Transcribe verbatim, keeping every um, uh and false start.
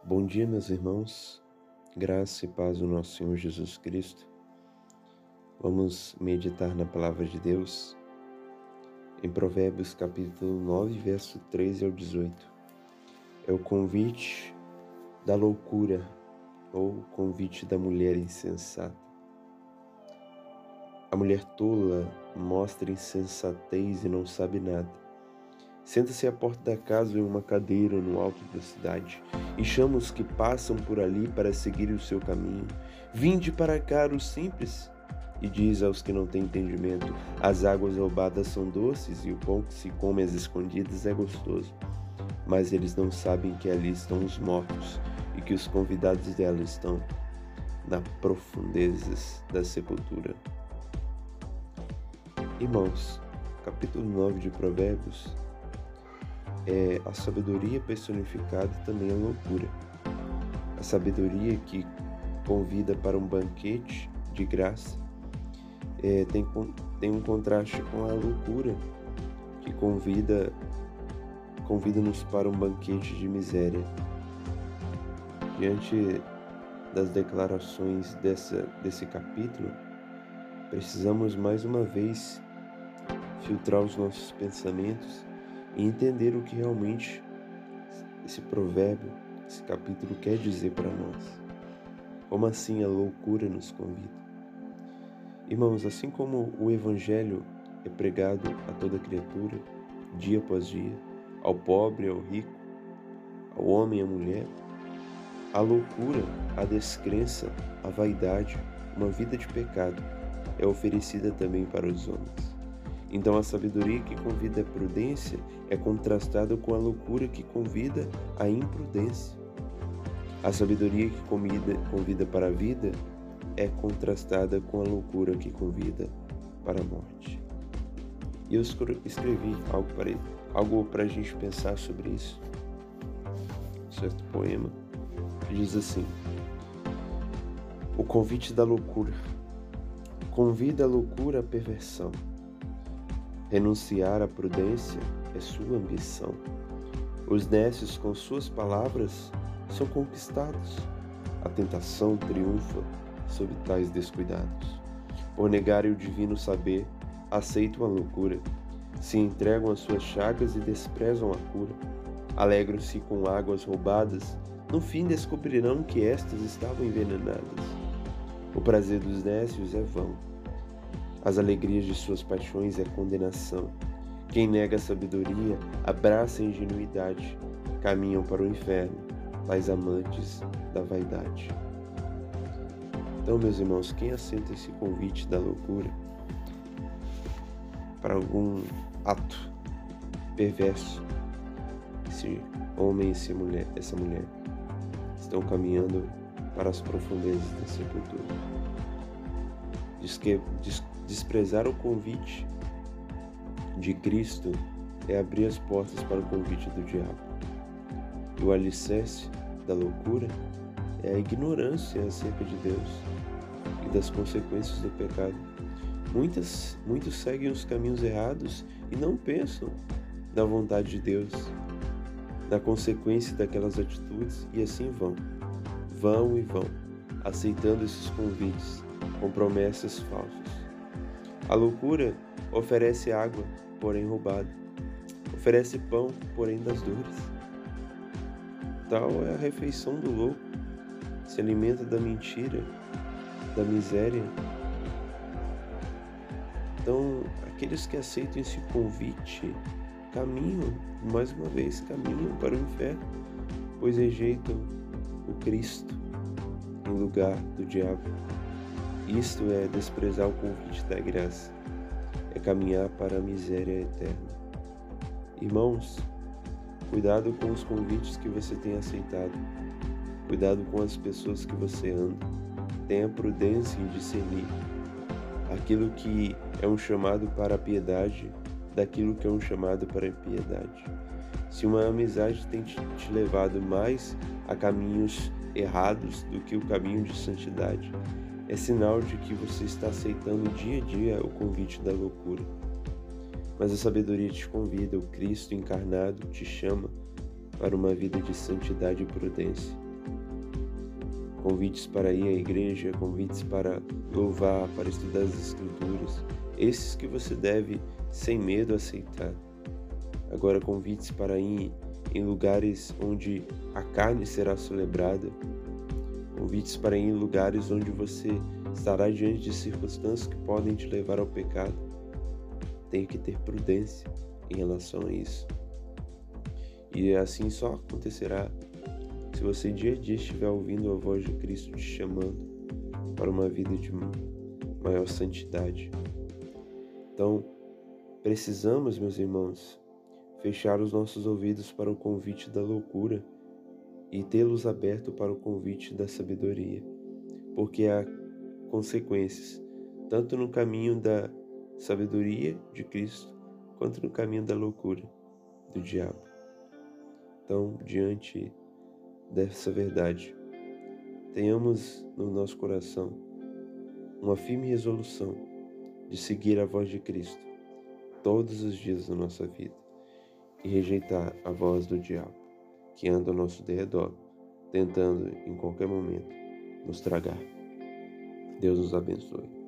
Bom dia, meus irmãos, graça e paz do nosso Senhor Jesus Cristo. Vamos meditar na Palavra de Deus em Provérbios capítulo nove, verso treze ao dezoito. É o convite da loucura ou o convite da mulher insensata. A mulher tola mostra insensatez e não sabe nada. Senta-se à porta da casa em uma cadeira no alto da cidade e chama os que passam por ali para seguir o seu caminho. Vinde para cá, os simples, e diz aos que não têm entendimento: as águas roubadas são doces e o pão que se come às escondidas é gostoso. Mas eles não sabem que ali estão os mortos e que os convidados dela estão nas profundezas da sepultura. Irmãos, capítulo nove de Provérbios é a sabedoria personificada e também a loucura. A sabedoria que convida para um banquete de graça é, tem, tem um contraste com a loucura que convida convida-nos para um banquete de miséria. Diante das declarações dessa, desse capítulo, precisamos mais uma vez filtrar os nossos pensamentos e entender o que realmente esse provérbio, esse capítulo quer dizer para nós. Como assim a loucura nos convida? Irmãos, assim como o Evangelho é pregado a toda criatura, dia após dia, ao pobre, ao rico, ao homem e à mulher, a loucura, a descrença, a vaidade, uma vida de pecado é oferecida também para os homens. Então a sabedoria que convida à prudência é contrastada com a loucura que convida à imprudência. A sabedoria que convida, convida para a vida é contrastada com a loucura que convida para a morte. E eu escrevi algo para, algo para a gente pensar sobre isso. Um certo poema que diz assim: o convite da loucura. Convida a loucura à perversão. Renunciar à prudência é sua ambição. Os nécios com suas palavras são conquistados. A tentação triunfa sobre tais descuidados. Por negarem o divino saber, aceitam a loucura. Se entregam às suas chagas e desprezam a cura. Alegram-se com águas roubadas. No fim descobrirão que estas estavam envenenadas. O prazer dos nécios é vão. As alegrias de suas paixões é condenação. Quem nega a sabedoria abraça a ingenuidade. Caminham para o inferno, tais amantes da vaidade. Então, meus irmãos, quem aceita esse convite da loucura para algum ato perverso, esse homem e essa mulher, essa mulher estão caminhando para as profundezas da sepultura. Diz que diz, desprezar o convite de Cristo é abrir as portas para o convite do diabo. E o alicerce da loucura é a ignorância acerca de Deus e das consequências do pecado. Muitas, muitos seguem os caminhos errados e não pensam na vontade de Deus, na consequência daquelas atitudes, e assim vão, vão e vão, aceitando esses convites com promessas falsas. A loucura oferece água, porém roubada. Oferece pão, porém das dores. Tal é a refeição do louco. Se alimenta da mentira, da miséria. Então, aqueles que aceitam esse convite caminham, mais uma vez, caminham para o inferno, pois rejeitam o Cristo em lugar do diabo. Isto é desprezar o convite da graça, é caminhar para a miséria eterna. Irmãos, cuidado com os convites que você tem aceitado, cuidado com as pessoas que você anda, tenha prudência em discernir aquilo que é um chamado para a piedade, daquilo que é um chamado para a impiedade. Se uma amizade tem te levado mais a caminhos errados do que o caminho de santidade, é sinal de que você está aceitando dia a dia o convite da loucura. Mas a sabedoria te convida, o Cristo encarnado te chama para uma vida de santidade e prudência. convites para ir à igreja, convites para louvar, para estudar as Escrituras, esses que você deve, sem medo, aceitar. Agora, convites para ir em lugares onde a carne será celebrada, convites para ir em lugares onde você estará diante de circunstâncias que podem te levar ao pecado. Tenha que ter prudência em relação a isso. E assim só acontecerá se você dia a dia estiver ouvindo a voz de Cristo te chamando para uma vida de maior santidade. Então, precisamos, meus irmãos, fechar os nossos ouvidos para o convite da loucura e tê-los abertos para o convite da sabedoria, porque há consequências, tanto no caminho da sabedoria de Cristo, quanto no caminho da loucura do diabo. Então, diante dessa verdade, tenhamos no nosso coração uma firme resolução de seguir a voz de Cristo todos os dias da nossa vida e rejeitar a voz do diabo, que anda ao nosso derredor, tentando em qualquer momento nos tragar. Deus nos abençoe.